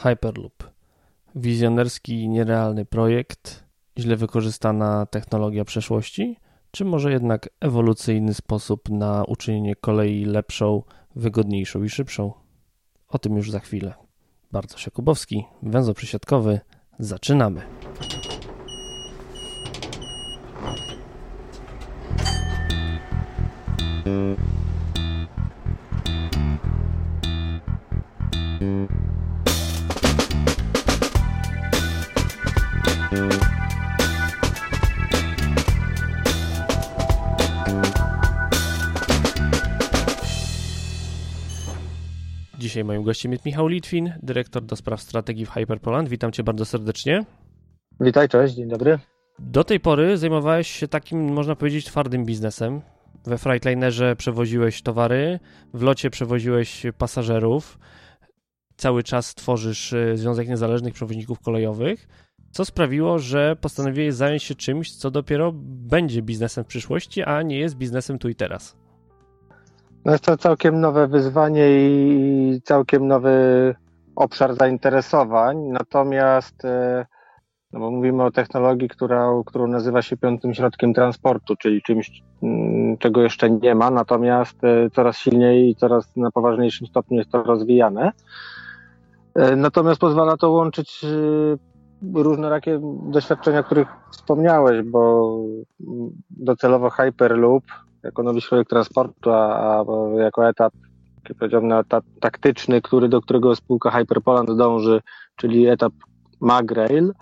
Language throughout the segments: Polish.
Hyperloop. Wizjonerski, nierealny projekt, źle wykorzystana technologia przeszłości, czy może jednak ewolucyjny sposób na uczynienie kolei lepszą, wygodniejszą i szybszą? O tym już za chwilę. Bartosz Jakubowski, węzeł przesiadkowy. Zaczynamy. Dzisiaj moim gościem jest Michał Litwin, dyrektor do spraw strategii w HyperPoland. Witam Cię bardzo serdecznie. Witaj, cześć, dzień dobry. Do tej pory zajmowałeś się takim, można powiedzieć, twardym biznesem. We Freightlinerze przewoziłeś towary, w locie przewoziłeś pasażerów. Cały czas tworzysz Związek Niezależnych Przewoźników Kolejowych, co sprawiło, że postanowiłeś zająć się czymś, co dopiero będzie biznesem w przyszłości, a nie jest biznesem tu i teraz. No jest to całkiem nowe wyzwanie i całkiem nowy obszar zainteresowań, natomiast no bo mówimy o technologii, którą nazywa się piątym środkiem transportu, czyli czymś, czego jeszcze nie ma, natomiast coraz silniej i coraz na poważniejszym stopniu jest to rozwijane. Natomiast pozwala to łączyć różnorakie doświadczenia, o których wspomniałeś, bo docelowo Hyperloop jako nowy środek transportu, a jako etap, jak powiedziałem, etap taktyczny, do którego spółka HyperPoland dąży, czyli etap MagRail,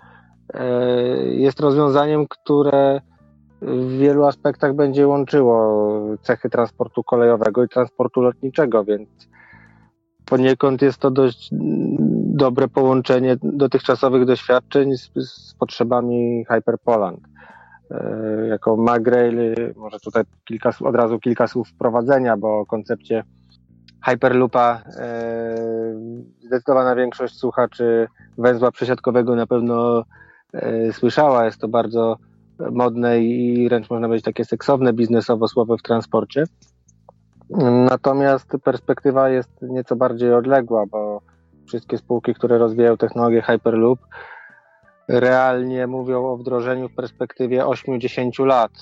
jest rozwiązaniem, które w wielu aspektach będzie łączyło cechy transportu kolejowego i transportu lotniczego, więc poniekąd jest to dość dobre połączenie dotychczasowych doświadczeń z potrzebami HyperPoland. Jako MagRail, może tutaj od razu kilka słów wprowadzenia, bo o koncepcie Hyperloopa zdecydowana większość słuchaczy węzła przesiadkowego na pewno słyszała. Jest to bardzo modne i wręcz można powiedzieć takie seksowne biznesowo słowo w transporcie. Natomiast perspektywa jest nieco bardziej odległa, bo wszystkie spółki, które rozwijają technologię Hyperloop, realnie mówią o wdrożeniu w perspektywie 8-10 lat,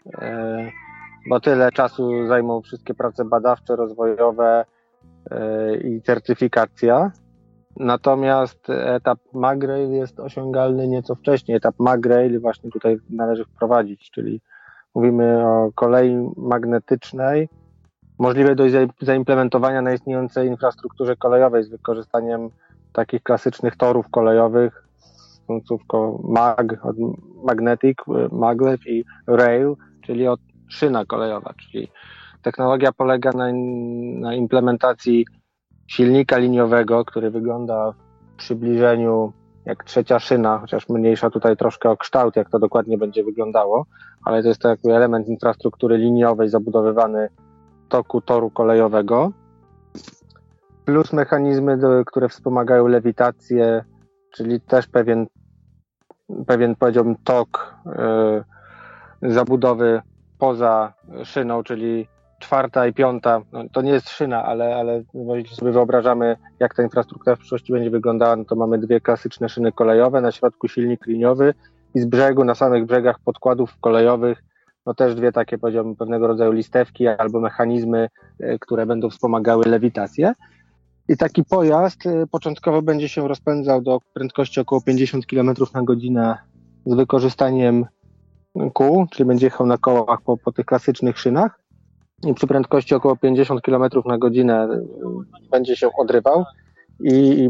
bo tyle czasu zajmą wszystkie prace badawcze, rozwojowe i certyfikacja. Natomiast etap MagRail jest osiągalny nieco wcześniej. Etap MagRail właśnie tutaj należy wprowadzić, czyli mówimy o kolei magnetycznej, możliwej do zaimplementowania na istniejącej infrastrukturze kolejowej z wykorzystaniem takich klasycznych torów kolejowych, końcówką od magnetic, maglev i rail, czyli od szyna kolejowa, czyli technologia polega na implementacji silnika liniowego, który wygląda w przybliżeniu jak trzecia szyna, chociaż mniejsza tutaj troszkę o kształt, jak to dokładnie będzie wyglądało, ale to jest to jakby element infrastruktury liniowej zabudowywany w toku toru kolejowego, plus mechanizmy, które wspomagają lewitację, czyli też pewien powiedziałbym tok zabudowy poza szyną, czyli czwarta i piąta, no to nie jest szyna, ale jeśli sobie wyobrażamy, jak ta infrastruktura w przyszłości będzie wyglądała, no to mamy dwie klasyczne szyny kolejowe, na środku silnik liniowy i z brzegu, na samych brzegach podkładów kolejowych, no też dwie takie, powiedziałbym, pewnego rodzaju listewki albo mechanizmy, które będą wspomagały lewitację. I taki pojazd początkowo będzie się rozpędzał do prędkości około 50 km na godzinę z wykorzystaniem kół, czyli będzie jechał na kołach po tych klasycznych szynach i przy prędkości około 50 km na godzinę będzie się odrywał i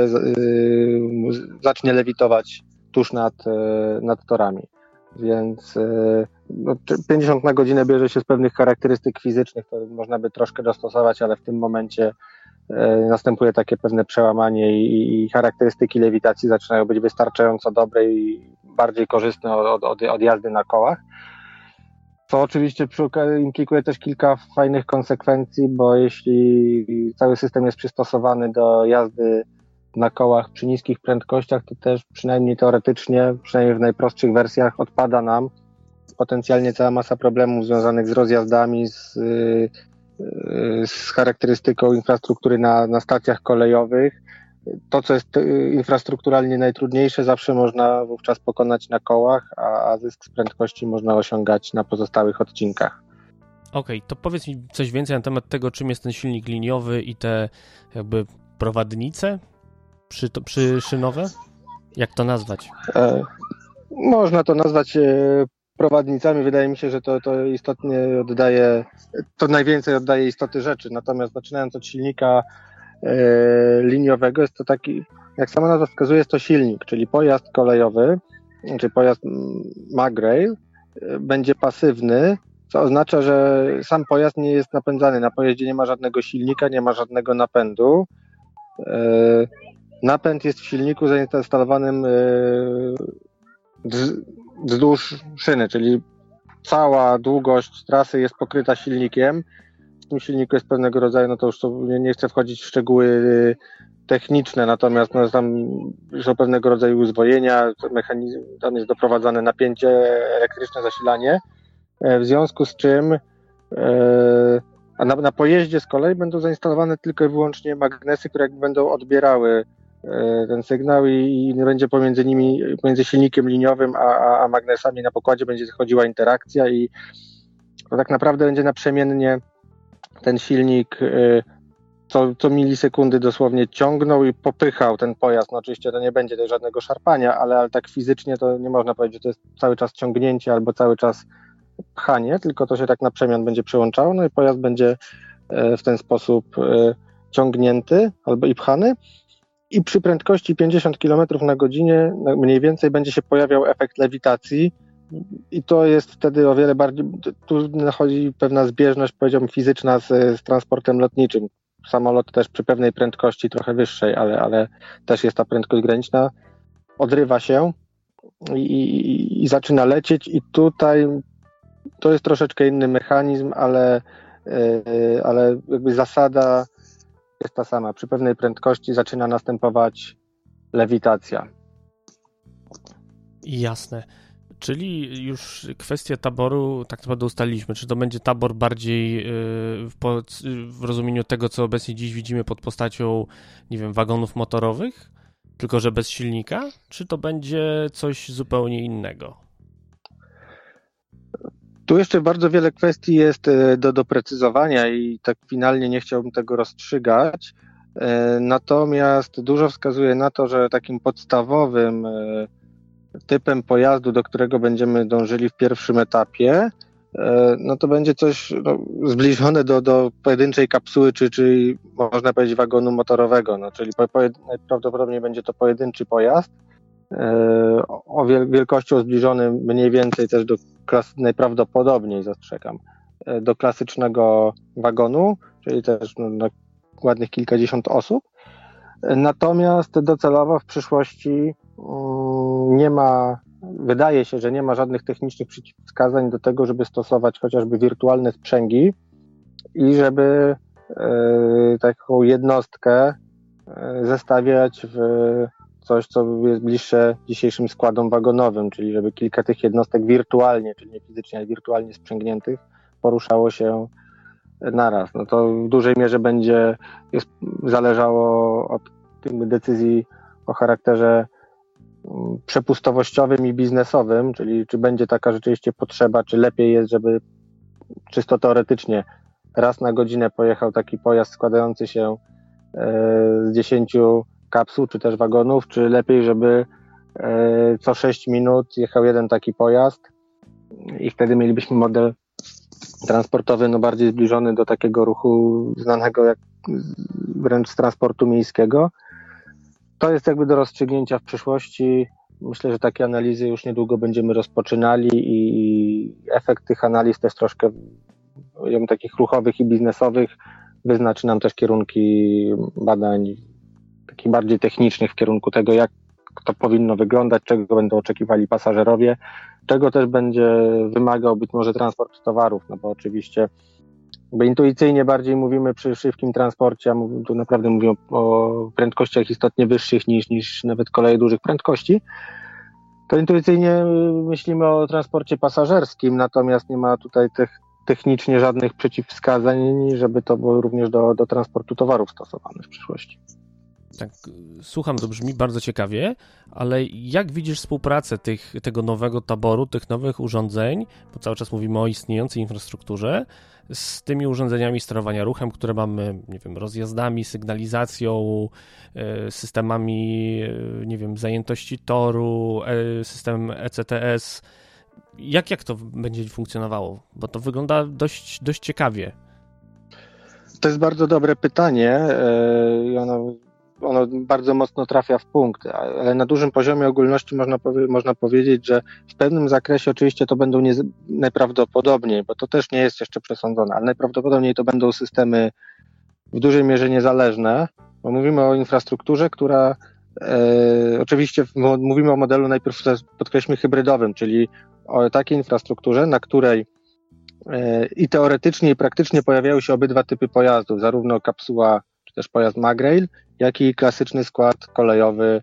zacznie lewitować tuż nad torami. Więc 50 na godzinę bierze się z pewnych charakterystyk fizycznych, które można by troszkę dostosować, ale w tym momencie następuje takie pewne przełamanie i charakterystyki lewitacji zaczynają być wystarczająco dobre i bardziej korzystne od jazdy na kołach. To oczywiście implikuje też kilka fajnych konsekwencji, bo jeśli cały system jest przystosowany do jazdy na kołach przy niskich prędkościach, to też przynajmniej teoretycznie, przynajmniej w najprostszych wersjach odpada nam potencjalnie cała masa problemów związanych z rozjazdami, z charakterystyką infrastruktury na stacjach kolejowych, to, co jest infrastrukturalnie najtrudniejsze, zawsze można wówczas pokonać na kołach, a zysk z prędkości można osiągać na pozostałych odcinkach. Okej, to powiedz mi coś więcej na temat tego, czym jest ten silnik liniowy i te jakby prowadnice przyszynowe? Jak to nazwać? Można to nazwać prowadnicami. Wydaje mi się, że to istotnie to najwięcej oddaje istoty rzeczy. Natomiast zaczynając od silnika liniowego, jest to taki, jak sama nazwa wskazuje, jest to silnik, czyli pojazd kolejowy, czy pojazd Magrail będzie pasywny, co oznacza, że sam pojazd nie jest napędzany. Na pojeździe nie ma żadnego silnika, nie ma żadnego napędu. Napęd jest w silniku zainstalowanym wzdłuż szyny, czyli cała długość trasy jest pokryta silnikiem. W tym silniku jest pewnego rodzaju, no to już nie chcę wchodzić w szczegóły techniczne, natomiast no, tam są pewnego rodzaju uzwojenia, tam jest doprowadzane napięcie elektryczne, zasilanie, w związku z czym a na pojeździe z kolei będą zainstalowane tylko i wyłącznie magnesy, które będą odbierały ten sygnał i nie będzie pomiędzy silnikiem liniowym a magnesami na pokładzie będzie chodziła interakcja i to tak naprawdę będzie naprzemiennie ten silnik co milisekundy dosłownie ciągnął i popychał ten pojazd. No oczywiście to nie będzie też żadnego szarpania, ale tak fizycznie to nie można powiedzieć, że to jest cały czas ciągnięcie albo cały czas pchanie, tylko to się tak na przemian będzie przełączało, no i pojazd będzie w ten sposób ciągnięty albo i pchany. I przy prędkości 50 km na godzinę mniej więcej będzie się pojawiał efekt lewitacji i to jest wtedy o wiele bardziej, tu nachodzi pewna zbieżność, powiedziałbym, fizyczna z transportem lotniczym. Samolot też przy pewnej prędkości trochę wyższej, ale też jest ta prędkość graniczna, odrywa się i zaczyna lecieć i tutaj to jest troszeczkę inny mechanizm, ale jakby zasada jest ta sama. Przy pewnej prędkości zaczyna następować lewitacja. Jasne. Czyli już kwestię taboru tak naprawdę ustaliliśmy. Czy to będzie tabor bardziej w rozumieniu tego, co obecnie dziś widzimy pod postacią, nie wiem, wagonów motorowych, tylko że bez silnika? Czy to będzie coś zupełnie innego? Tu jeszcze bardzo wiele kwestii jest do doprecyzowania i tak finalnie nie chciałbym tego rozstrzygać. Natomiast dużo wskazuje na to, że takim podstawowym typem pojazdu, do którego będziemy dążyli w pierwszym etapie, no to będzie coś zbliżone do pojedynczej kapsuły, czy można powiedzieć wagonu motorowego, no, czyli najprawdopodobniej będzie to pojedynczy pojazd o wielkością zbliżonym mniej więcej też najprawdopodobniej zastrzegam, do klasycznego wagonu, czyli też na ładnych kilkadziesiąt osób. Natomiast docelowo w przyszłości wydaje się, że nie ma żadnych technicznych przeciwwskazań do tego, żeby stosować chociażby wirtualne sprzęgi i żeby taką jednostkę zestawiać w coś, co jest bliższe dzisiejszym składom wagonowym, czyli żeby kilka tych jednostek wirtualnie, czyli nie fizycznie, ale wirtualnie sprzęgniętych poruszało się naraz. No to w dużej mierze będzie zależało od decyzji o charakterze przepustowościowym i biznesowym, czyli czy będzie taka rzeczywiście potrzeba, czy lepiej jest, żeby czysto teoretycznie raz na godzinę pojechał taki pojazd składający się z 10 kapsuł, czy też wagonów, czy lepiej, żeby co 6 minut jechał jeden taki pojazd i wtedy mielibyśmy model transportowy bardziej zbliżony do takiego ruchu znanego jak wręcz z transportu miejskiego. To jest jakby do rozstrzygnięcia w przyszłości. Myślę, że takie analizy już niedługo będziemy rozpoczynali i efekt tych analiz też troszkę takich ruchowych i biznesowych wyznaczy nam też kierunki badań takich bardziej technicznych w kierunku tego, jak to powinno wyglądać, czego będą oczekiwali pasażerowie, czego też będzie wymagał być może transport towarów, no bo oczywiście intuicyjnie bardziej mówimy przy szybkim transporcie, a tu naprawdę mówimy o prędkościach istotnie wyższych niż nawet koleje dużych prędkości, to intuicyjnie myślimy o transporcie pasażerskim, natomiast nie ma tutaj technicznie żadnych przeciwwskazań, żeby to było również do transportu towarów stosowane w przyszłości. Tak, słucham, to brzmi bardzo ciekawie, ale jak widzisz współpracę tego nowego taboru, tych nowych urządzeń, bo cały czas mówimy o istniejącej infrastrukturze, z tymi urządzeniami sterowania ruchem, które mamy, nie wiem, rozjazdami, sygnalizacją, systemami, nie wiem, zajętości toru, systemem ECTS. Jak to będzie funkcjonowało? Bo to wygląda dość ciekawie. To jest bardzo dobre pytanie i ono bardzo mocno trafia w punkt, ale na dużym poziomie ogólności można powiedzieć, że w pewnym zakresie oczywiście to będą najprawdopodobniej, bo to też nie jest jeszcze przesądzone, ale najprawdopodobniej to będą systemy w dużej mierze niezależne, bo mówimy o infrastrukturze, która oczywiście mówimy o modelu najpierw podkreślmy hybrydowym, czyli o takiej infrastrukturze, na której i teoretycznie i praktycznie pojawiają się obydwa typy pojazdów, zarówno kapsuła czy też pojazd Magrail, jak i klasyczny skład kolejowy,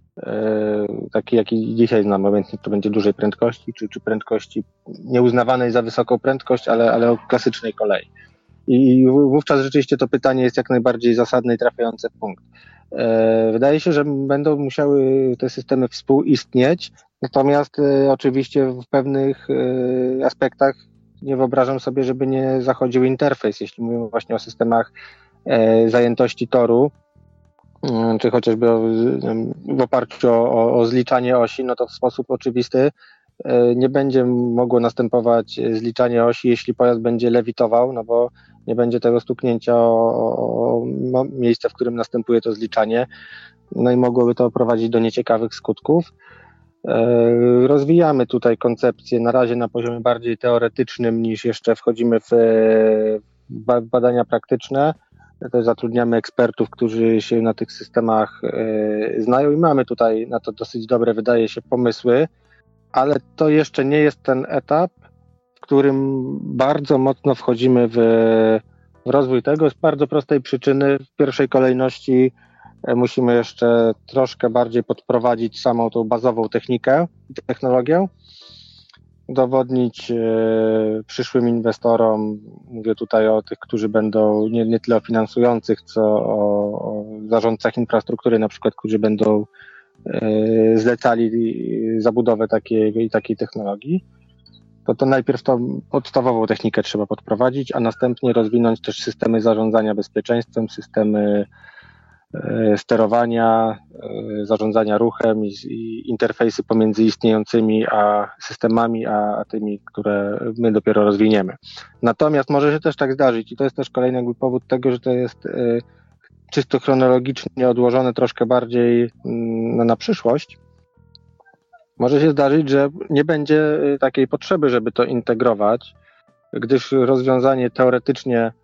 taki jaki dzisiaj znamy, obecnie to będzie dużej prędkości, czy prędkości nieuznawanej za wysoką prędkość, ale o klasycznej kolei. I wówczas rzeczywiście to pytanie jest jak najbardziej zasadne i trafiające w punkt. Wydaje się, że będą musiały te systemy współistnieć, natomiast oczywiście w pewnych aspektach nie wyobrażam sobie, żeby nie zachodził interfejs, jeśli mówimy właśnie o systemach zajętości toru, czy chociażby w oparciu o zliczanie osi, no to w sposób oczywisty nie będzie mogło następować zliczanie osi, jeśli pojazd będzie lewitował, no bo nie będzie tego stuknięcia o miejsce, w którym następuje to zliczanie, no i mogłoby to prowadzić do nieciekawych skutków. Rozwijamy tutaj koncepcję na razie na poziomie bardziej teoretycznym niż jeszcze wchodzimy w badania praktyczne. To zatrudniamy ekspertów, którzy się na tych systemach znają i mamy tutaj na to dosyć dobre, wydaje się, pomysły, ale to jeszcze nie jest ten etap, w którym bardzo mocno wchodzimy w rozwój tego z bardzo prostej przyczyny. W pierwszej kolejności musimy jeszcze troszkę bardziej podprowadzić samą tą bazową technikę i technologię, udowodnić przyszłym inwestorom, mówię tutaj o tych, którzy będą nie tyle o finansujących, co o zarządcach infrastruktury, na przykład, którzy będą zlecali zabudowę takiej technologii, to najpierw tą podstawową technikę trzeba podprowadzić, a następnie rozwinąć też systemy zarządzania bezpieczeństwem, systemy sterowania, zarządzania ruchem i interfejsy pomiędzy istniejącymi systemami, a tymi, które my dopiero rozwiniemy. Natomiast może się też tak zdarzyć i to jest też kolejny jakby powód tego, że to jest czysto chronologicznie odłożone troszkę bardziej na przyszłość. Może się zdarzyć, że nie będzie takiej potrzeby, żeby to integrować, gdyż rozwiązanie teoretycznie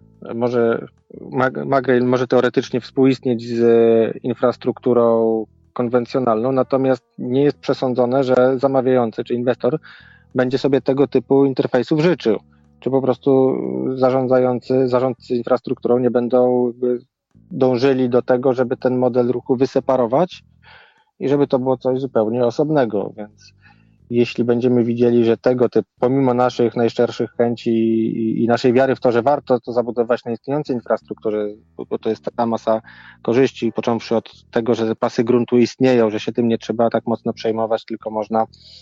Magrail może teoretycznie współistnieć z infrastrukturą konwencjonalną, zarządcy nie jest przesądzone, że zamawiający czy inwestor będzie sobie tego typu interfejsów życzył. Czy po prostu zarządcy infrastrukturą nie będą dążyli do tego, żeby ten model ruchu wyseparować i żeby to było coś zupełnie osobnego, więc jeśli będziemy widzieli, że tego typu, pomimo naszych najszczerszych chęci i naszej wiary w to, że warto to zabudować na istniejącej infrastrukturze, bo to jest ta masa korzyści, począwszy od tego, że pasy gruntu istnieją, że się tym nie trzeba tak mocno przejmować, tylko można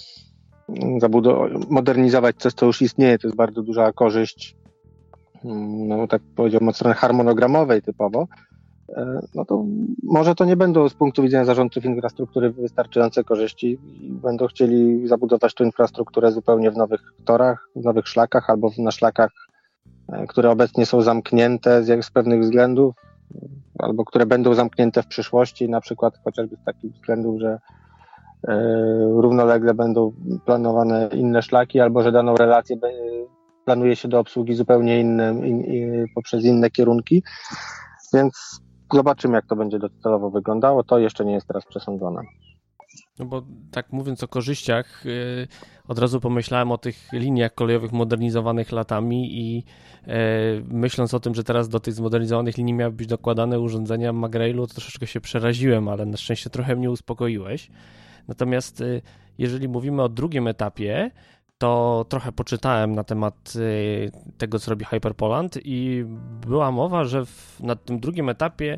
modernizować coś, co już istnieje, to jest bardzo duża korzyść, no tak powiedziałbym, od strony harmonogramowej typowo, no to może to nie będą z punktu widzenia zarządców infrastruktury wystarczające korzyści i będą chcieli zabudować tę infrastrukturę zupełnie w nowych torach, w nowych szlakach albo na szlakach, które obecnie są zamknięte z pewnych względów, albo które będą zamknięte w przyszłości, na przykład chociażby z takich względów, że równolegle będą planowane inne szlaki, albo że daną relację planuje się do obsługi zupełnie poprzez inne kierunki, więc zobaczymy, jak to będzie docelowo wyglądało. To jeszcze nie jest teraz przesądzone. No bo tak mówiąc o korzyściach, od razu pomyślałem o tych liniach kolejowych modernizowanych latami i myśląc o tym, że teraz do tych zmodernizowanych linii miały być dokładane urządzenia Magrailu, to troszeczkę się przeraziłem, ale na szczęście trochę mnie uspokoiłeś. Natomiast jeżeli mówimy o drugim etapie, to trochę poczytałem na temat tego, co robi Hyperpoland i była mowa, że na tym drugim etapie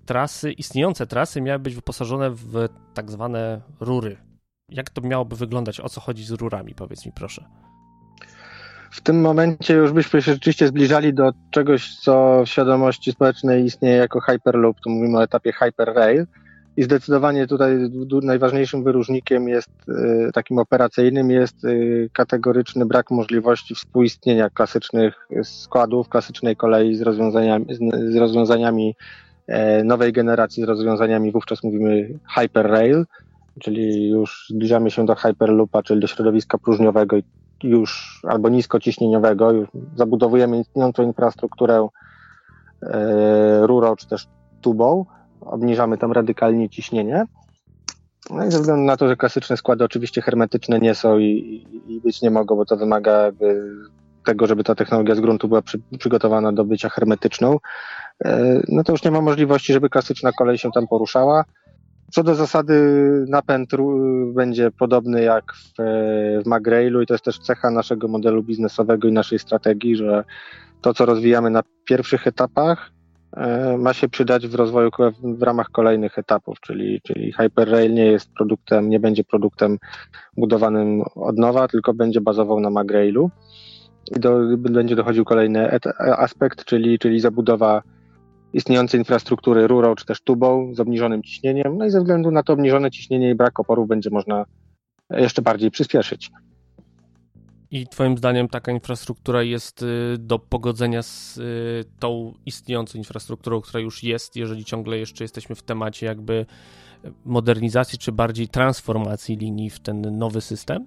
istniejące trasy miały być wyposażone w tak zwane rury. Jak to miałoby wyglądać? O co chodzi z rurami? Powiedz mi proszę. W tym momencie już byśmy się rzeczywiście zbliżali do czegoś, co w świadomości społecznej istnieje jako Hyperloop. Tu mówimy o etapie Hyperrail. I zdecydowanie tutaj najważniejszym wyróżnikiem jest, takim operacyjnym, jest kategoryczny brak możliwości współistnienia klasycznych składów, klasycznej kolei z rozwiązaniami nowej generacji, z rozwiązaniami, wówczas mówimy Hyperrail, czyli już zbliżamy się do Hyperloopa, czyli do środowiska próżniowego już albo niskociśnieniowego, już zabudowujemy istniejącą infrastrukturę rurą czy też tubą, obniżamy tam radykalnie ciśnienie. No i ze względu na to, że klasyczne składy oczywiście hermetyczne nie są i być nie mogą, bo to wymaga tego, żeby ta technologia z gruntu była przygotowana do bycia hermetyczną, no to już nie ma możliwości, żeby klasyczna kolej się tam poruszała. Co do zasady napęd będzie podobny jak w MagRailu i to jest też cecha naszego modelu biznesowego i naszej strategii, że to, co rozwijamy na pierwszych etapach, ma się przydać w rozwoju w ramach kolejnych etapów, czyli Hyperrail nie będzie produktem budowanym od nowa, tylko będzie bazował na MagRailu i będzie dochodził kolejny aspekt, czyli zabudowa istniejącej infrastruktury rurą czy też tubą z obniżonym ciśnieniem, no i ze względu na to obniżone ciśnienie i brak oporów będzie można jeszcze bardziej przyspieszyć. I twoim zdaniem taka infrastruktura jest do pogodzenia z tą istniejącą infrastrukturą, która już jest, jeżeli ciągle jeszcze jesteśmy w temacie jakby modernizacji, czy bardziej transformacji linii w ten nowy system?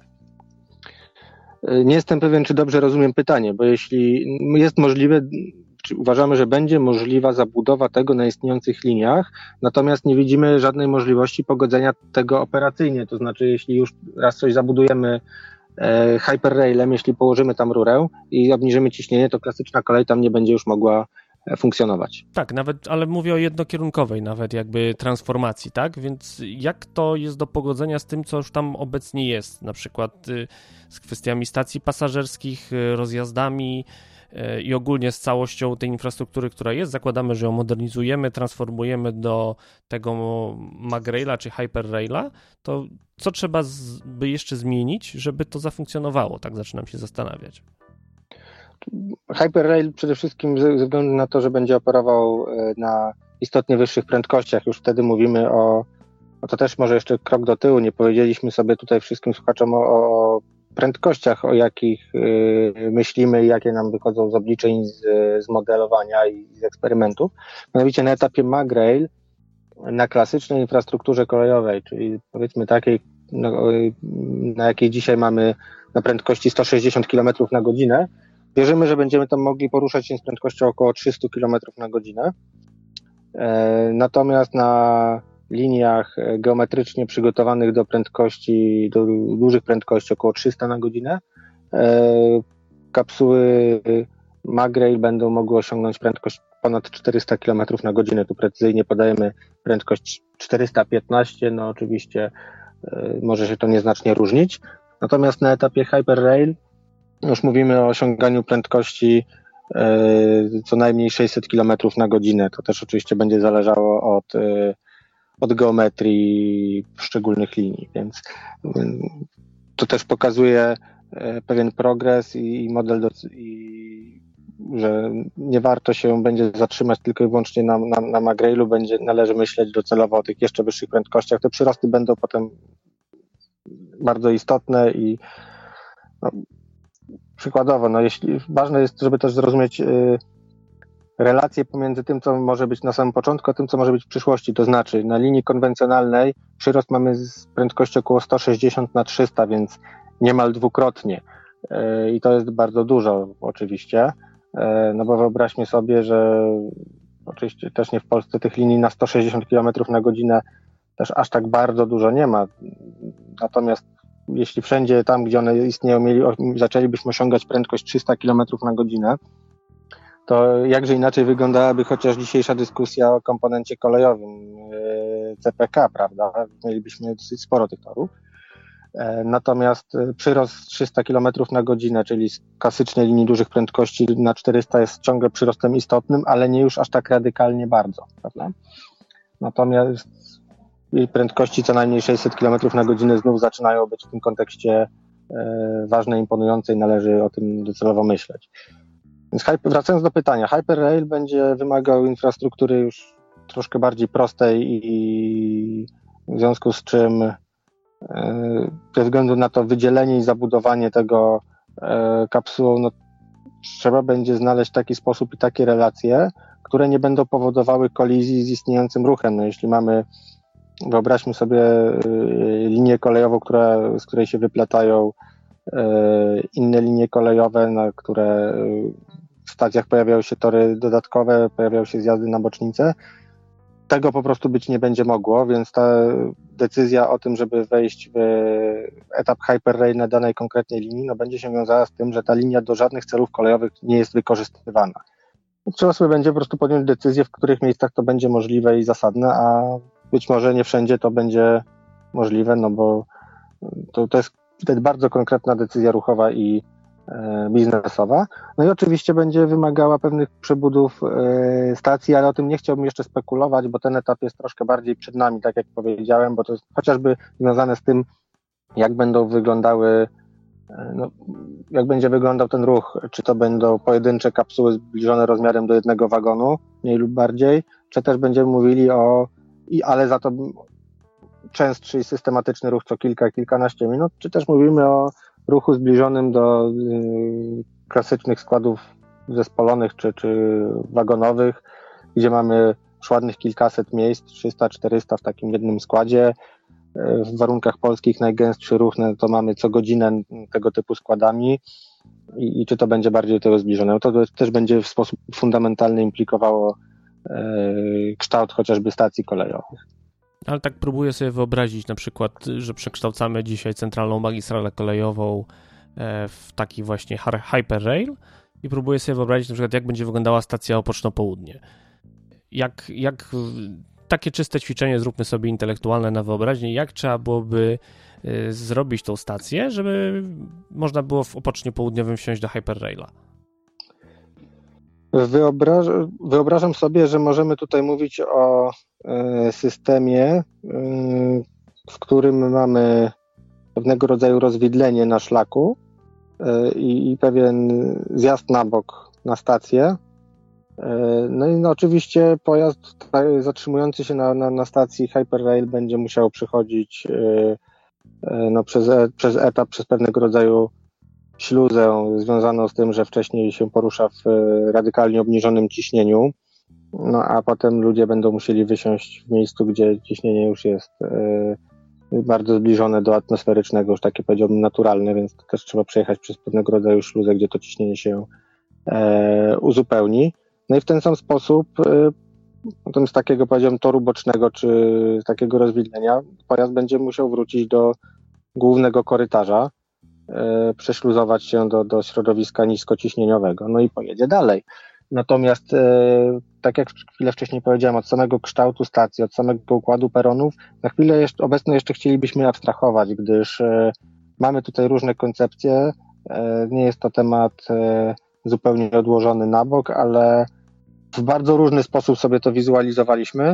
Nie jestem pewien, czy dobrze rozumiem pytanie, bo jeśli jest możliwe, czy uważamy, że będzie możliwa zabudowa tego na istniejących liniach, natomiast nie widzimy żadnej możliwości pogodzenia tego operacyjnie, to znaczy jeśli już raz coś zabudujemy Hyperrailem, jeśli położymy tam rurę i obniżymy ciśnienie, to klasyczna kolej tam nie będzie już mogła funkcjonować. Tak, ale mówię o jednokierunkowej nawet jakby transformacji, tak? Więc jak to jest do pogodzenia z tym, co już tam obecnie jest? Na przykład z kwestiami stacji pasażerskich, rozjazdami i ogólnie z całością tej infrastruktury, która jest. Zakładamy, że ją modernizujemy, transformujemy do tego MagRaila czy Hyperraila. To co trzeba by jeszcze zmienić, żeby to zafunkcjonowało? Tak zaczynam się zastanawiać. Hyperrail przede wszystkim ze względu na to, że będzie operował na istotnie wyższych prędkościach. Już wtedy mówimy to też może jeszcze krok do tyłu. Nie powiedzieliśmy sobie tutaj wszystkim słuchaczom o prędkościach, o jakich myślimy i jakie nam wychodzą z obliczeń, z modelowania i z eksperymentów. Mianowicie na etapie MagRail, na klasycznej infrastrukturze kolejowej, czyli powiedzmy takiej, na jakiej dzisiaj mamy na prędkości 160 km na godzinę, wierzymy, że będziemy tam mogli poruszać się z prędkością około 300 km na godzinę. Natomiast na liniach geometrycznie przygotowanych do dużych prędkości, około 300 na godzinę, kapsuły MagRail będą mogły osiągnąć prędkość ponad 400 km na godzinę. Tu precyzyjnie podajemy prędkość 415, no oczywiście może się to nieznacznie różnić. Natomiast na etapie Hyperrail już mówimy o osiąganiu prędkości co najmniej 600 km na godzinę. To też oczywiście będzie zależało od geometrii poszczególnych linii, więc to też pokazuje pewien progres i model, że nie warto się będzie zatrzymać tylko i wyłącznie na MagRailu, należy myśleć docelowo o tych jeszcze wyższych prędkościach. Te przyrosty będą potem bardzo istotne i przykładowo, ważne jest, żeby też zrozumieć relacje pomiędzy tym, co może być na samym początku, a tym, co może być w przyszłości. To znaczy, na linii konwencjonalnej przyrost mamy z prędkości około 160 na 300, więc niemal dwukrotnie. I to jest bardzo dużo oczywiście, no bo wyobraźmy sobie, że oczywiście też nie w Polsce tych linii na 160 km na godzinę też aż tak bardzo dużo nie ma. Natomiast jeśli wszędzie tam, gdzie one istnieją, zaczęlibyśmy osiągać prędkość 300 km na godzinę, to jakże inaczej wyglądałaby chociaż dzisiejsza dyskusja o komponencie kolejowym CPK, prawda? Mielibyśmy dosyć sporo tych torów. Natomiast przyrost 300 km na godzinę, czyli z klasycznej linii dużych prędkości na 400 jest ciągle przyrostem istotnym, ale nie już aż tak radykalnie bardzo, prawda? Natomiast prędkości co najmniej 600 km na godzinę znów zaczynają być w tym kontekście ważne, imponujące i należy o tym docelowo myśleć. Więc wracając do pytania, Hyperrail będzie wymagał infrastruktury już troszkę bardziej prostej i w związku z czym ze względu na to wydzielenie i zabudowanie tego kapsułą, no, trzeba będzie znaleźć taki sposób i takie relacje, które nie będą powodowały kolizji z istniejącym ruchem. No, jeśli wyobraźmy sobie linię kolejową, z której się wyplatają inne linie kolejowe, na które w stacjach pojawiają się tory dodatkowe, pojawiają się zjazdy na bocznice. Tego po prostu być nie będzie mogło, więc ta decyzja o tym, żeby wejść w etap Hyperrail na danej konkretnej linii, no będzie się wiązała z tym, że ta linia do żadnych celów kolejowych nie jest wykorzystywana. Trzeba sobie będzie po prostu podjąć decyzję, w których miejscach to będzie możliwe i zasadne, a być może nie wszędzie to będzie możliwe, no bo to jest wtedy bardzo konkretna decyzja ruchowa i biznesowa. No i oczywiście będzie wymagała pewnych przebudów stacji, ale o tym nie chciałbym jeszcze spekulować, bo ten etap jest troszkę bardziej przed nami, tak jak powiedziałem, bo to jest chociażby związane z tym, jak będą wyglądały, jak będzie wyglądał ten ruch, czy to będą pojedyncze kapsuły zbliżone rozmiarem do jednego wagonu, mniej lub bardziej, czy też będziemy mówili ale za to częstszy i systematyczny ruch co kilkanaście minut, czy też mówimy o ruchu zbliżonym do klasycznych składów zespolonych czy wagonowych, gdzie mamy już ładnych kilkaset miejsc, 300-400 w takim jednym składzie. W warunkach polskich najgęstszy ruch to mamy co godzinę tego typu składami i czy to będzie bardziej do tego zbliżone. To też będzie w sposób fundamentalny implikowało kształt chociażby stacji kolejowych. Ale tak próbuję sobie wyobrazić na przykład, że przekształcamy dzisiaj centralną magistralę kolejową w taki właśnie Hyperrail i próbuję sobie wyobrazić na przykład, jak będzie wyglądała stacja Opoczno-Południe. Jak takie czyste ćwiczenie zróbmy sobie intelektualne na wyobraźnię, jak trzeba byłoby zrobić tą stację, żeby można było w Opocznie Południowym wsiąść do Hyperraila? Wyobrażam sobie, że możemy tutaj mówić o systemie, w którym mamy pewnego rodzaju rozwidlenie na szlaku i pewien zjazd na bok na stację. No i oczywiście pojazd zatrzymujący się na stacji Hyperrail będzie musiał przechodzić przez etap, przez pewnego rodzaju śluzę związaną z tym, że wcześniej się porusza w radykalnie obniżonym ciśnieniu, no a potem ludzie będą musieli wysiąść w miejscu, gdzie ciśnienie już jest bardzo zbliżone do atmosferycznego, już takie powiedziałbym naturalne, więc to też trzeba przejechać przez pewnego rodzaju śluzę, gdzie to ciśnienie się uzupełni. No i w ten sam sposób potem z takiego, powiedziałbym, toru bocznego czy z takiego rozwidlenia pojazd będzie musiał wrócić do głównego korytarza, prześluzować się do środowiska niskociśnieniowego, no i pojedzie dalej. Natomiast tak jak chwilę wcześniej powiedziałem, od samego kształtu stacji, od samego układu peronów, na chwilę obecną jeszcze chcielibyśmy abstrahować, gdyż mamy tutaj różne koncepcje, nie jest to temat zupełnie odłożony na bok, ale w bardzo różny sposób sobie to wizualizowaliśmy.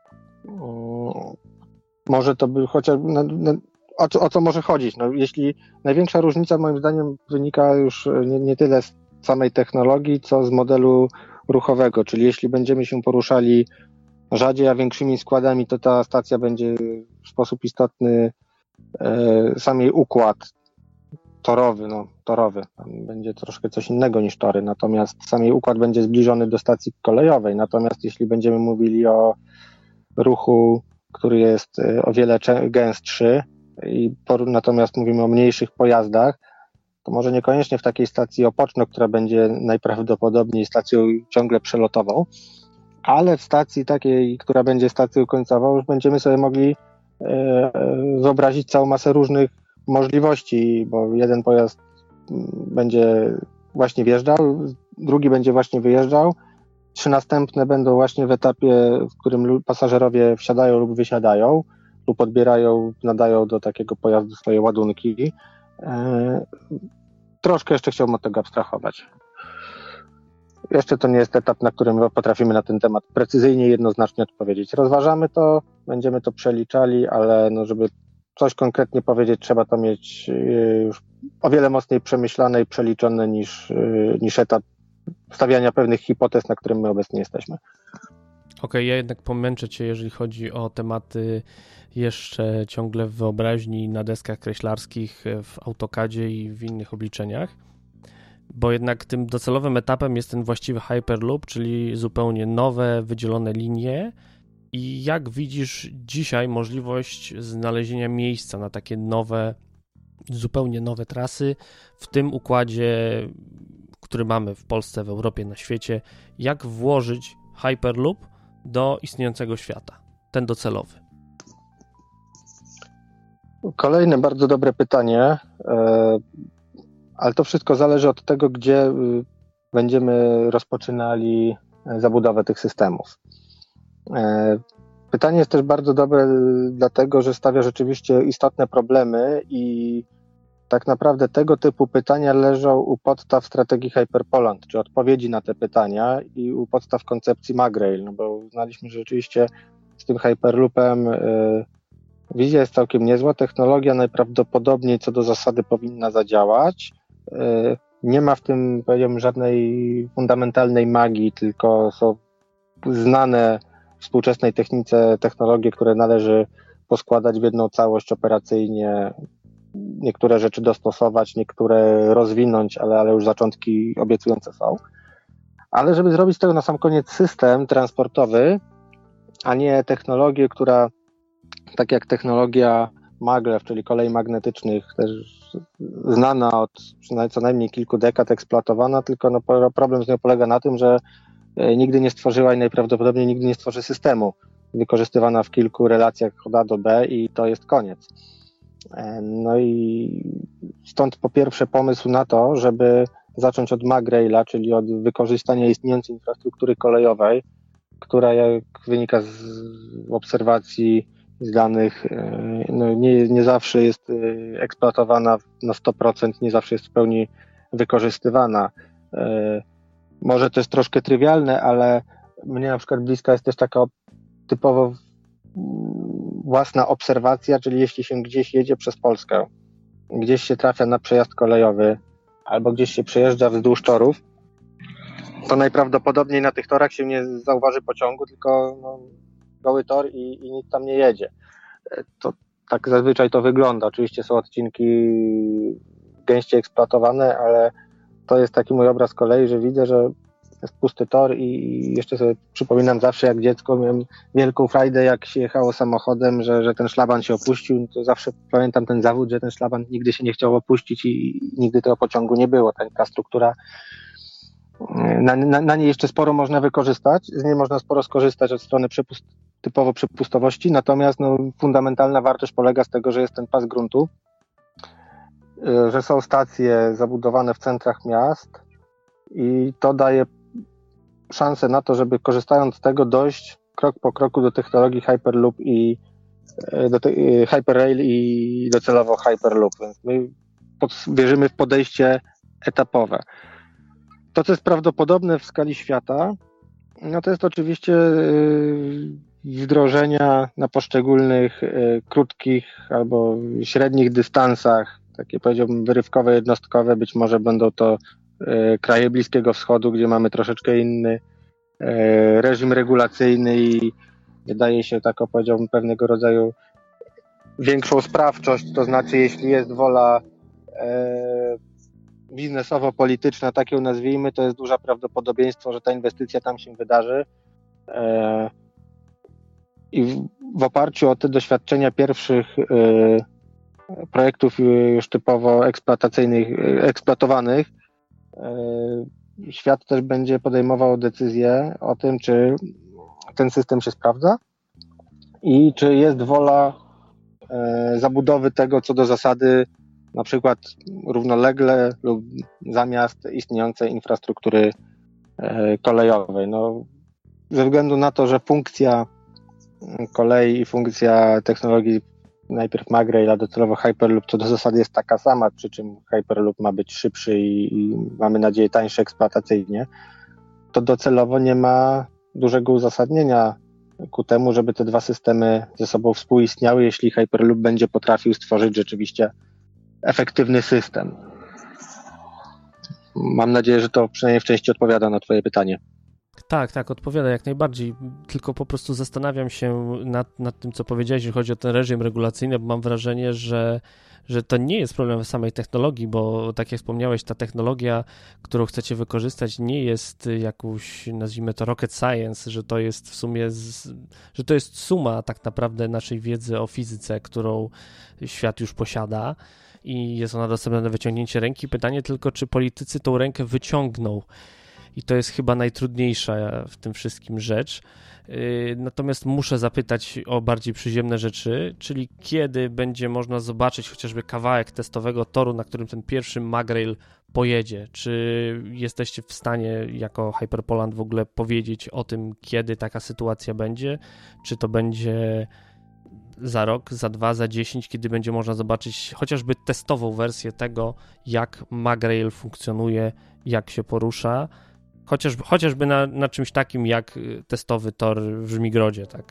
Może to by chociaż... O co może chodzić? No, jeśli największa różnica moim zdaniem wynika już nie tyle z samej technologii, co z modelu ruchowego, czyli jeśli będziemy się poruszali rzadziej, a większymi składami, to ta stacja będzie w sposób istotny sam jej układ torowy, będzie troszkę coś innego niż tory, natomiast sam jej układ będzie zbliżony do stacji kolejowej, natomiast jeśli będziemy mówili o ruchu, który jest o wiele gęstszy, natomiast mówimy o mniejszych pojazdach, to może niekoniecznie w takiej stacji Opoczno, która będzie najprawdopodobniej stacją ciągle przelotową, ale w stacji takiej, która będzie stacją końcową, już będziemy sobie mogli wyobrazić całą masę różnych możliwości, bo jeden pojazd będzie właśnie wjeżdżał, drugi będzie właśnie wyjeżdżał, 3 następne będą właśnie w etapie, w którym pasażerowie wsiadają lub wysiadają, lub odbierają, nadają do takiego pojazdu swoje ładunki. Troszkę jeszcze chciałbym od tego abstrahować. Jeszcze to nie jest etap, na którym potrafimy na ten temat precyzyjnie i jednoznacznie odpowiedzieć. Rozważamy to, będziemy to przeliczali, ale no, żeby coś konkretnie powiedzieć, trzeba to mieć już o wiele mocniej przemyślane i przeliczone niż etap stawiania pewnych hipotez, na którym my obecnie jesteśmy. Okej, ja jednak pomęczę Cię, jeżeli chodzi o tematy jeszcze ciągle w wyobraźni, na deskach kreślarskich, w AutoCADzie i w innych obliczeniach, bo jednak tym docelowym etapem jest ten właściwy Hyperloop, czyli zupełnie nowe, wydzielone linie. I jak widzisz dzisiaj możliwość znalezienia miejsca na takie nowe, zupełnie nowe trasy w tym układzie, który mamy w Polsce, w Europie, na świecie? Jak włożyć Hyperloop do istniejącego świata, ten docelowy? Kolejne bardzo dobre pytanie, ale to wszystko zależy od tego, gdzie będziemy rozpoczynali zabudowę tych systemów. Pytanie jest też bardzo dobre dlatego, że stawia rzeczywiście istotne problemy i tak naprawdę tego typu pytania leżą u podstaw strategii Hyperpoland, czy odpowiedzi na te pytania i u podstaw koncepcji MagRail, no bo uznaliśmy, że rzeczywiście z tym Hyperloopem wizja jest całkiem niezła, technologia najprawdopodobniej co do zasady powinna zadziałać. Nie ma w tym, powiedziałbym, żadnej fundamentalnej magii, tylko są znane współczesnej technice technologie, które należy poskładać w jedną całość operacyjnie, niektóre rzeczy dostosować, niektóre rozwinąć, ale już zaczątki obiecujące są. Ale żeby zrobić z tego na sam koniec system transportowy, a nie technologię, która tak jak technologia maglev, czyli kolei magnetycznych, też znana od co najmniej kilku dekad, eksploatowana, tylko no, problem z nią polega na tym, że nigdy nie stworzyła i najprawdopodobniej nigdy nie stworzy systemu. Wykorzystywana w kilku relacjach od A do B i to jest koniec. No i stąd po pierwsze pomysł na to, żeby zacząć od MagRaila, czyli od wykorzystania istniejącej infrastruktury kolejowej, która jak wynika z obserwacji, z danych, no nie zawsze jest eksploatowana na 100%, nie zawsze jest w pełni wykorzystywana. Może to jest troszkę trywialne, ale mnie na przykład bliska jest też taka typowo własna obserwacja, czyli jeśli się gdzieś jedzie przez Polskę, gdzieś się trafia na przejazd kolejowy albo gdzieś się przejeżdża wzdłuż torów, to najprawdopodobniej na tych torach się nie zauważy pociągu, tylko goły tor i nic tam nie jedzie. To tak zazwyczaj to wygląda. Oczywiście są odcinki gęście eksploatowane, ale to jest taki mój obraz kolei, że widzę, że jest pusty tor i jeszcze sobie przypominam zawsze, jak dziecko miałem wielką frajdę, jak się jechało samochodem, że ten szlaban się opuścił, to zawsze pamiętam ten zawód, że ten szlaban nigdy się nie chciał opuścić i nigdy tego pociągu nie było. Ta infrastruktura, na niej jeszcze sporo można wykorzystać, z niej można sporo skorzystać od strony typowo przepustowości, natomiast fundamentalna wartość polega z tego, że jest ten pas gruntu, że są stacje zabudowane w centrach miast i to daje szansę na to, żeby korzystając z tego dojść krok po kroku do technologii Hyperloop i Hyperrail i docelowo Hyperloop. Więc my wierzymy w podejście etapowe. To, co jest prawdopodobne w skali świata, no to jest oczywiście wdrożenia na poszczególnych krótkich albo średnich dystansach, takie powiedziałbym wyrywkowe, jednostkowe, być może będą to kraje Bliskiego Wschodu, gdzie mamy troszeczkę inny reżim regulacyjny i wydaje się taką, powiedziałbym, pewnego rodzaju większą sprawczość, to znaczy jeśli jest wola biznesowo-polityczna, tak ją nazwijmy, to jest duże prawdopodobieństwo, że ta inwestycja tam się wydarzy. I w oparciu o te doświadczenia pierwszych projektów już typowo eksploatowanych, świat też będzie podejmował decyzję o tym, czy ten system się sprawdza i czy jest wola zabudowy tego co do zasady, na przykład równolegle lub zamiast istniejącej infrastruktury kolejowej. Ze względu na to, że funkcja kolei i funkcja technologii najpierw Magrail, a docelowo Hyperloop co do zasady jest taka sama, przy czym Hyperloop ma być szybszy i mamy nadzieję tańszy eksploatacyjnie, to docelowo nie ma dużego uzasadnienia ku temu, żeby te dwa systemy ze sobą współistniały, jeśli Hyperloop będzie potrafił stworzyć rzeczywiście efektywny system. Mam nadzieję, że to przynajmniej w części odpowiada na twoje pytanie. Tak, odpowiada jak najbardziej, tylko po prostu zastanawiam się nad tym, co powiedziałeś, jeśli chodzi o ten reżim regulacyjny, bo mam wrażenie, że to nie jest problem samej technologii, bo tak jak wspomniałeś, ta technologia, którą chcecie wykorzystać, nie jest jakąś, nazwijmy to rocket science, że to jest w sumie, że to jest suma tak naprawdę naszej wiedzy o fizyce, którą świat już posiada i jest ona dostępna na wyciągnięcie ręki. Pytanie tylko, czy politycy tą rękę wyciągną. I to jest chyba najtrudniejsza w tym wszystkim rzecz. Natomiast muszę zapytać o bardziej przyziemne rzeczy, czyli kiedy będzie można zobaczyć chociażby kawałek testowego toru, na którym ten pierwszy Magrail pojedzie. Czy jesteście w stanie jako Hyperpoland w ogóle powiedzieć o tym, kiedy taka sytuacja będzie? Czy to będzie za rok, za 2, za 10, kiedy będzie można zobaczyć chociażby testową wersję tego, jak Magrail funkcjonuje, jak się porusza? Chociażby na czymś takim jak testowy tor w Żmigrodzie, tak?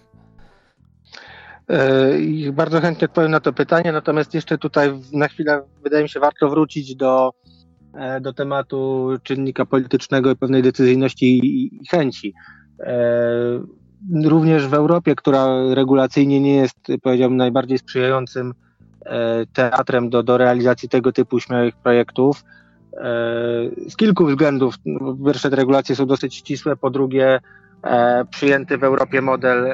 Bardzo chętnie odpowiem na to pytanie, natomiast jeszcze tutaj na chwilę wydaje mi się warto wrócić do tematu czynnika politycznego i pewnej decyzyjności i chęci. Również w Europie, która regulacyjnie nie jest, powiedziałbym, najbardziej sprzyjającym teatrem do realizacji tego typu śmiałych projektów, z kilku względów. Po pierwsze, te regulacje są dosyć ścisłe, po drugie, przyjęty w Europie model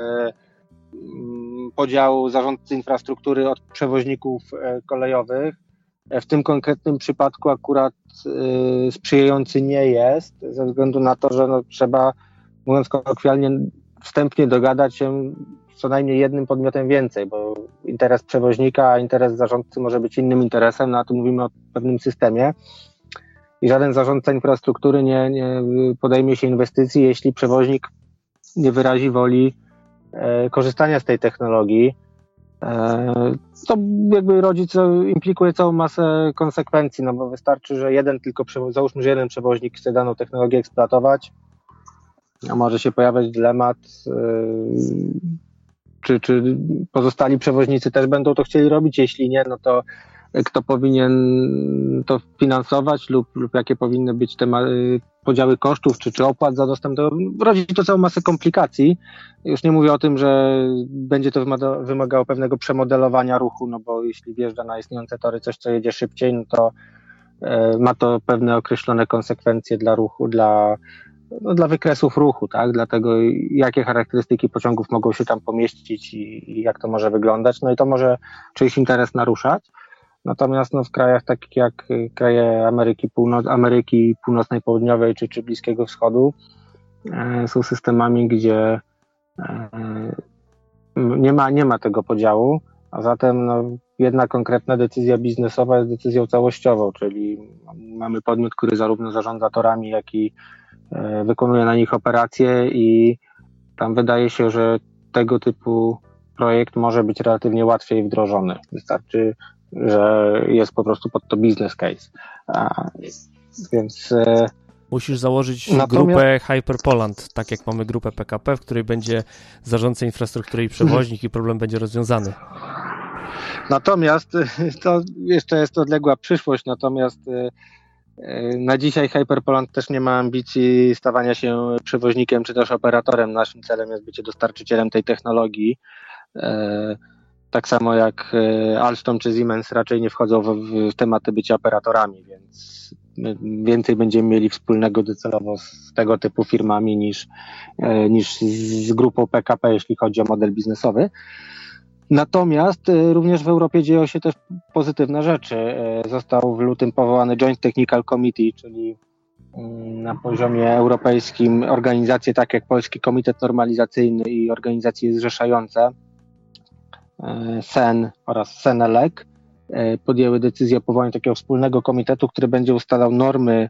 podziału zarządcy infrastruktury od przewoźników kolejowych. W tym konkretnym przypadku akurat sprzyjający nie jest, ze względu na to, że trzeba, mówiąc kolokwialnie, wstępnie dogadać się co najmniej jednym podmiotem więcej, bo interes przewoźnika, a interes zarządcy może być innym interesem, no a tu mówimy o pewnym systemie i żaden zarządca infrastruktury nie podejmie się inwestycji, jeśli przewoźnik nie wyrazi woli korzystania z tej technologii. To jakby implikuje całą masę konsekwencji, no bo wystarczy, że załóżmy, że jeden przewoźnik chce daną technologię eksploatować, a może się pojawiać dylemat, czy pozostali przewoźnicy też będą to chcieli robić, jeśli nie, no to kto powinien to finansować lub jakie powinny być te podziały kosztów czy opłat za dostęp rodzi to całą masę komplikacji. Już nie mówię o tym, że będzie to wymagało pewnego przemodelowania ruchu, no bo jeśli wjeżdża na istniejące tory coś, co jedzie szybciej, no to ma to pewne określone konsekwencje dla ruchu, dla wykresów ruchu, tak? Dlatego jakie charakterystyki pociągów mogą się tam pomieścić i jak to może wyglądać, no i to może czyjś interes naruszać. Natomiast w krajach takich jak kraje Ameryki Północnej, Południowej czy Bliskiego Wschodu są systemami, gdzie nie ma tego podziału, a zatem jedna konkretna decyzja biznesowa jest decyzją całościową, czyli mamy podmiot, który zarówno zarządza torami, jak i wykonuje na nich operacje i tam wydaje się, że tego typu projekt może być relatywnie łatwiej wdrożony. Wystarczy, że jest po prostu pod to business case. Więc musisz założyć grupę Hyperpoland, tak jak mamy grupę PKP, w której będzie zarządca infrastruktury i przewoźnik i problem będzie rozwiązany. Natomiast to jeszcze jest odległa przyszłość, natomiast na dzisiaj Hyperpoland też nie ma ambicji stawania się przewoźnikiem czy też operatorem. Naszym celem jest bycie dostarczycielem tej technologii. Tak samo jak Alstom czy Siemens raczej nie wchodzą w tematy bycia operatorami, więc my więcej będziemy mieli wspólnego docelowo z tego typu firmami niż z grupą PKP, jeśli chodzi o model biznesowy. Natomiast również w Europie dzieją się też pozytywne rzeczy. Został w lutym powołany Joint Technical Committee, czyli na poziomie europejskim organizacje takie jak Polski Komitet Normalizacyjny i organizacje zrzeszające SEN oraz SENELEC podjęły decyzję o powołaniu takiego wspólnego komitetu, który będzie ustalał normy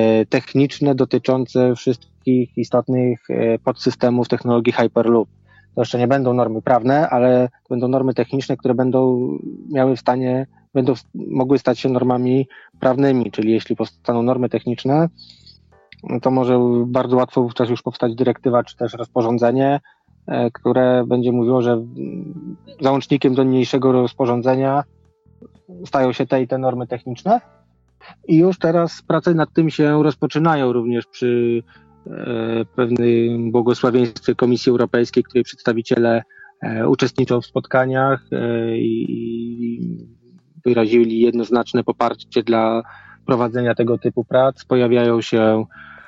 techniczne dotyczące wszystkich istotnych podsystemów technologii Hyperloop. to jeszcze nie będą normy prawne, ale to będą normy techniczne, które będą mogły stać się normami prawnymi, czyli jeśli powstaną normy techniczne, to może bardzo łatwo wówczas już powstać dyrektywa czy też rozporządzenie, które będzie mówiło, że załącznikiem do niniejszego rozporządzenia stają się te i te normy techniczne. I już teraz prace nad tym się rozpoczynają również przy pewnym błogosławieństwie Komisji Europejskiej, której przedstawiciele uczestniczą w spotkaniach i wyrazili jednoznaczne poparcie dla prowadzenia tego typu prac. Pojawiają się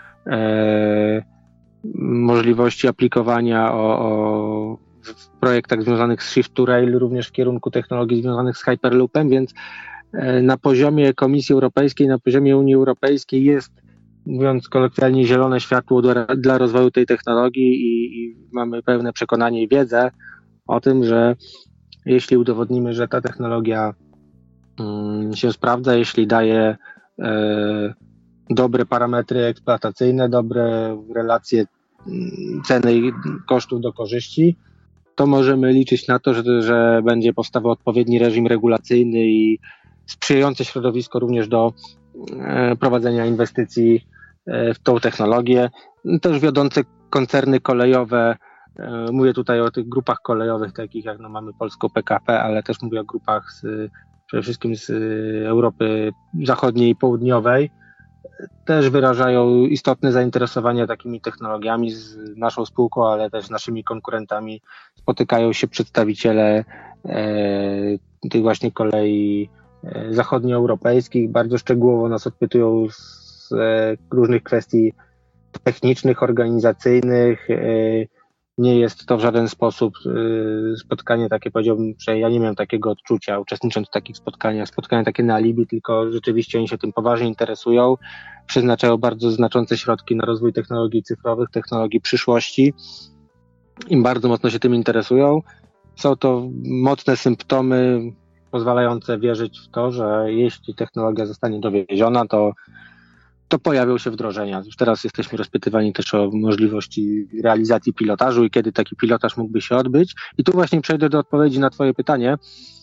możliwości aplikowania w projektach związanych z Shift to Rail, również w kierunku technologii związanych z Hyperloopem, więc na poziomie Komisji Europejskiej, na poziomie Unii Europejskiej jest, mówiąc kolokwialnie, zielone światło dla rozwoju tej technologii i mamy pełne przekonanie i wiedzę o tym, że jeśli udowodnimy, że ta technologia się sprawdza, jeśli daje dobre parametry eksploatacyjne, dobre relacje ceny i kosztów do korzyści, to możemy liczyć na to, że będzie powstawał odpowiedni reżim regulacyjny i sprzyjające środowisko również do prowadzenia inwestycji w tą technologię. Też wiodące koncerny kolejowe, mówię tutaj o tych grupach kolejowych, takich jak mamy polską PKP, ale też mówię o grupach przede wszystkim z Europy Zachodniej i Południowej, też wyrażają istotne zainteresowanie takimi technologiami. Z naszą spółką, ale też z naszymi konkurentami spotykają się przedstawiciele tych właśnie kolei zachodnioeuropejskich. Bardzo szczegółowo nas odpytują z różnych kwestii technicznych, organizacyjnych. Nie jest to w żaden sposób spotkanie takie, powiedziałbym, że ja nie miałem takiego odczucia uczestnicząc w takich spotkaniach, spotkania takie na alibi, tylko rzeczywiście oni się tym poważnie interesują, przeznaczają bardzo znaczące środki na rozwój technologii cyfrowych, technologii przyszłości i bardzo mocno się tym interesują. Są to mocne symptomy pozwalające wierzyć w to, że jeśli technologia zostanie dowieziona, to pojawią się wdrożenia. Już teraz jesteśmy rozpytywani też o możliwości realizacji pilotażu i kiedy taki pilotaż mógłby się odbyć. I tu właśnie przejdę do odpowiedzi na twoje pytanie.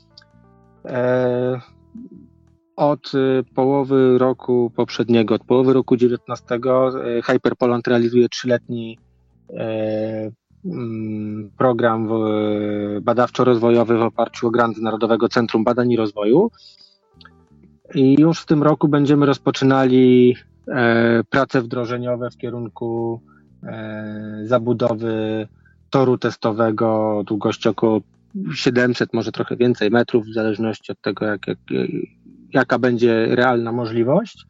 Od połowy roku poprzedniego, od połowy roku 19 Hyperpoland realizuje 3-letni program badawczo-rozwojowy w oparciu o grant Narodowego Centrum Badań i Rozwoju. I już w tym roku będziemy rozpoczynali prace wdrożeniowe w kierunku zabudowy toru testowego o długości około 700, może trochę więcej metrów, w zależności od tego, jaka będzie realna możliwość.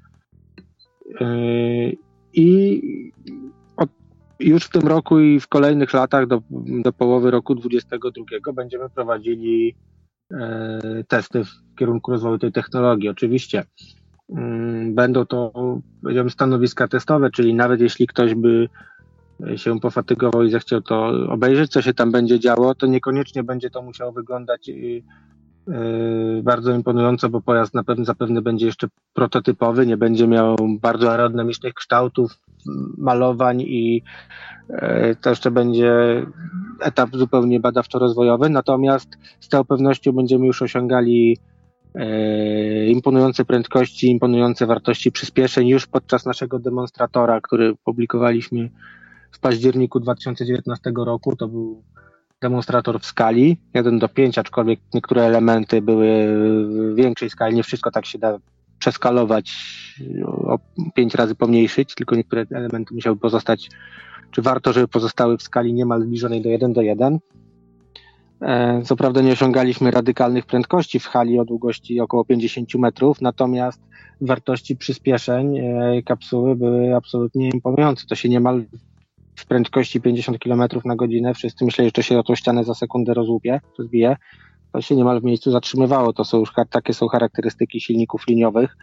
I już w tym roku i w kolejnych latach do połowy roku 2022 będziemy prowadzili testy w kierunku rozwoju tej technologii. Oczywiście będą to, powiedziałbym, stanowiska testowe, czyli nawet jeśli ktoś by się pofatygował i zechciał to obejrzeć, co się tam będzie działo, to niekoniecznie będzie to musiało wyglądać bardzo imponująco, bo pojazd zapewne będzie jeszcze prototypowy, nie będzie miał bardzo aerodynamicznych kształtów, malowań i to jeszcze będzie etap zupełnie badawczo-rozwojowy, natomiast z całą pewnością będziemy już osiągali imponujące prędkości, imponujące wartości przyspieszeń już podczas naszego demonstratora, który publikowaliśmy w październiku 2019 roku. To był demonstrator w skali 1:5, aczkolwiek niektóre elementy były w większej skali, nie wszystko tak się da przeskalować, o 5 razy pomniejszyć, tylko niektóre elementy musiały pozostać, czy warto, żeby pozostały w skali niemal zbliżonej do 1:1. Co prawda nie osiągaliśmy radykalnych prędkości w hali o długości około 50 metrów, natomiast wartości przyspieszeń kapsuły były absolutnie imponujące. To się niemal w prędkości 50 km na godzinę, wszyscy myśleli, że to się o tą ścianę za sekundę rozbije, to się niemal w miejscu zatrzymywało. To są już takie są charakterystyki silników liniowych.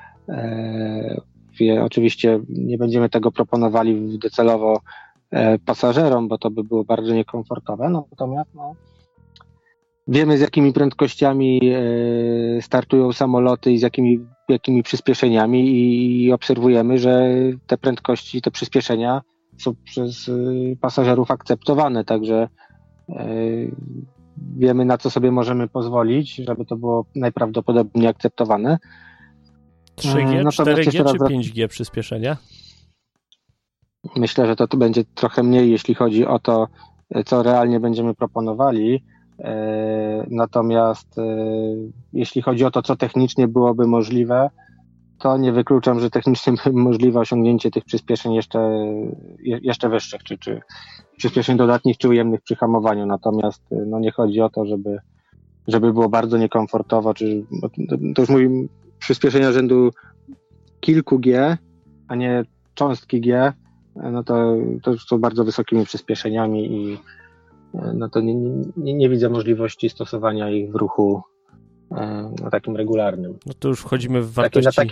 Oczywiście nie będziemy tego proponowali docelowo pasażerom, bo to by było bardzo niekomfortowe, natomiast wiemy, z jakimi prędkościami startują samoloty i z jakimi przyspieszeniami i obserwujemy, że te prędkości, te przyspieszenia są przez pasażerów akceptowane, także wiemy, na co sobie możemy pozwolić, żeby to było najprawdopodobniej akceptowane. 3G, 4G czy 5G przyspieszenia? Myślę, że to będzie trochę mniej, jeśli chodzi o to, co realnie będziemy proponowali. Natomiast jeśli chodzi o to, co technicznie byłoby możliwe, to nie wykluczam, że technicznie możliwe osiągnięcie tych przyspieszeń jeszcze wyższych, czy przyspieszeń dodatnich, czy ujemnych przy hamowaniu. Natomiast nie chodzi o to, żeby było bardzo niekomfortowo, to już mówię przyspieszenia rzędu kilku G, a nie cząstki G, to już są bardzo wysokimi przyspieszeniami i to nie widzę możliwości stosowania ich w ruchu takim regularnym. No to już wchodzimy w wartości.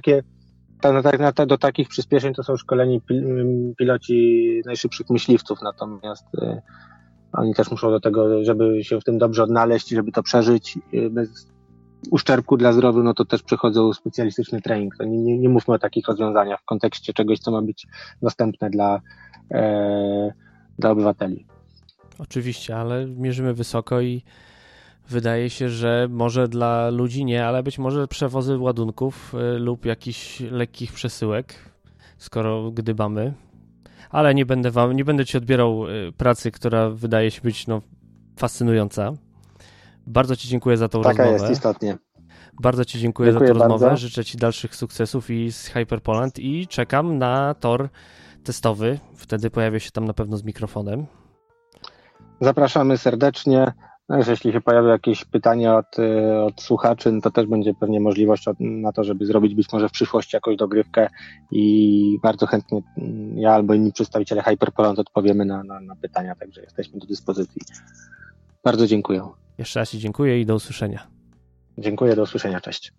Do takich przyspieszeń to są szkoleni piloci najszybszych myśliwców, natomiast oni też muszą do tego, żeby się w tym dobrze odnaleźć i żeby to przeżyć bez uszczerbku dla zdrowia, to też przechodzą specjalistyczny trening. To nie mówmy o takich rozwiązaniach w kontekście czegoś, co ma być dostępne dla obywateli. Oczywiście, ale mierzymy wysoko i wydaje się, że może dla ludzi nie, ale być może przewozy ładunków lub jakichś lekkich przesyłek, skoro gdybamy. Ale nie będę ci odbierał pracy, która wydaje się być fascynująca. Bardzo ci dziękuję za tą rozmowę. Taka jest, istotnie. Bardzo ci dziękuję za tę rozmowę. Życzę ci dalszych sukcesów i z HyperPoland i czekam na tor testowy. Wtedy pojawię się tam na pewno z mikrofonem. Zapraszamy serdecznie. Jeśli się pojawią jakieś pytania od słuchaczy, to też będzie pewnie możliwość na to, żeby zrobić być może w przyszłości jakąś dogrywkę i bardzo chętnie ja albo inni przedstawiciele HyperPoland odpowiemy na pytania, także jesteśmy do dyspozycji. Bardzo dziękuję. Jeszcze raz ci dziękuję i do usłyszenia. Dziękuję, do usłyszenia, cześć.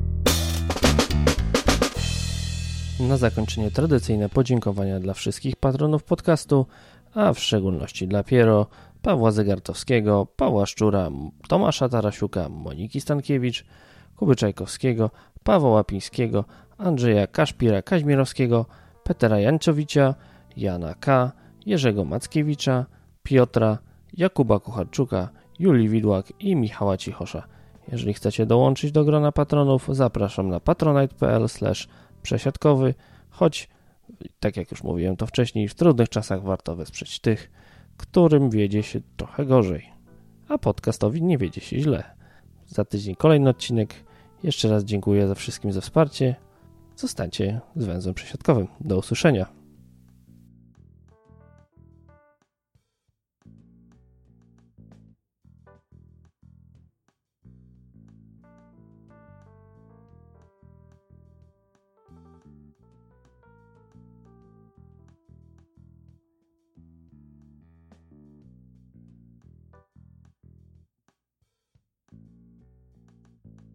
Na zakończenie tradycyjne podziękowania dla wszystkich patronów podcastu, a w szczególności dla Piero, Pawła Zegartowskiego, Pawła Szczura, Tomasza Tarasiuka, Moniki Stankiewicz, Kuby Czajkowskiego, Pawła Łapińskiego, Andrzeja Kaszpira-Kaźmirowskiego, Petera Janczowicza, Jana K., Jerzego Mackiewicza, Piotra, Jakuba Kucharczuka, Julii Widłak i Michała Cichosza. Jeżeli chcecie dołączyć do grona patronów, zapraszam na patronite.pl/przesiadkowy, choć, tak jak już mówiłem to wcześniej, w trudnych czasach warto wesprzeć tych, którym wiedzie się trochę gorzej, a podcastowi nie wiedzie się źle. Za tydzień kolejny odcinek. Jeszcze raz dziękuję za wszystkim za wsparcie. Zostańcie z węzłem przesiadkowym. Do usłyszenia.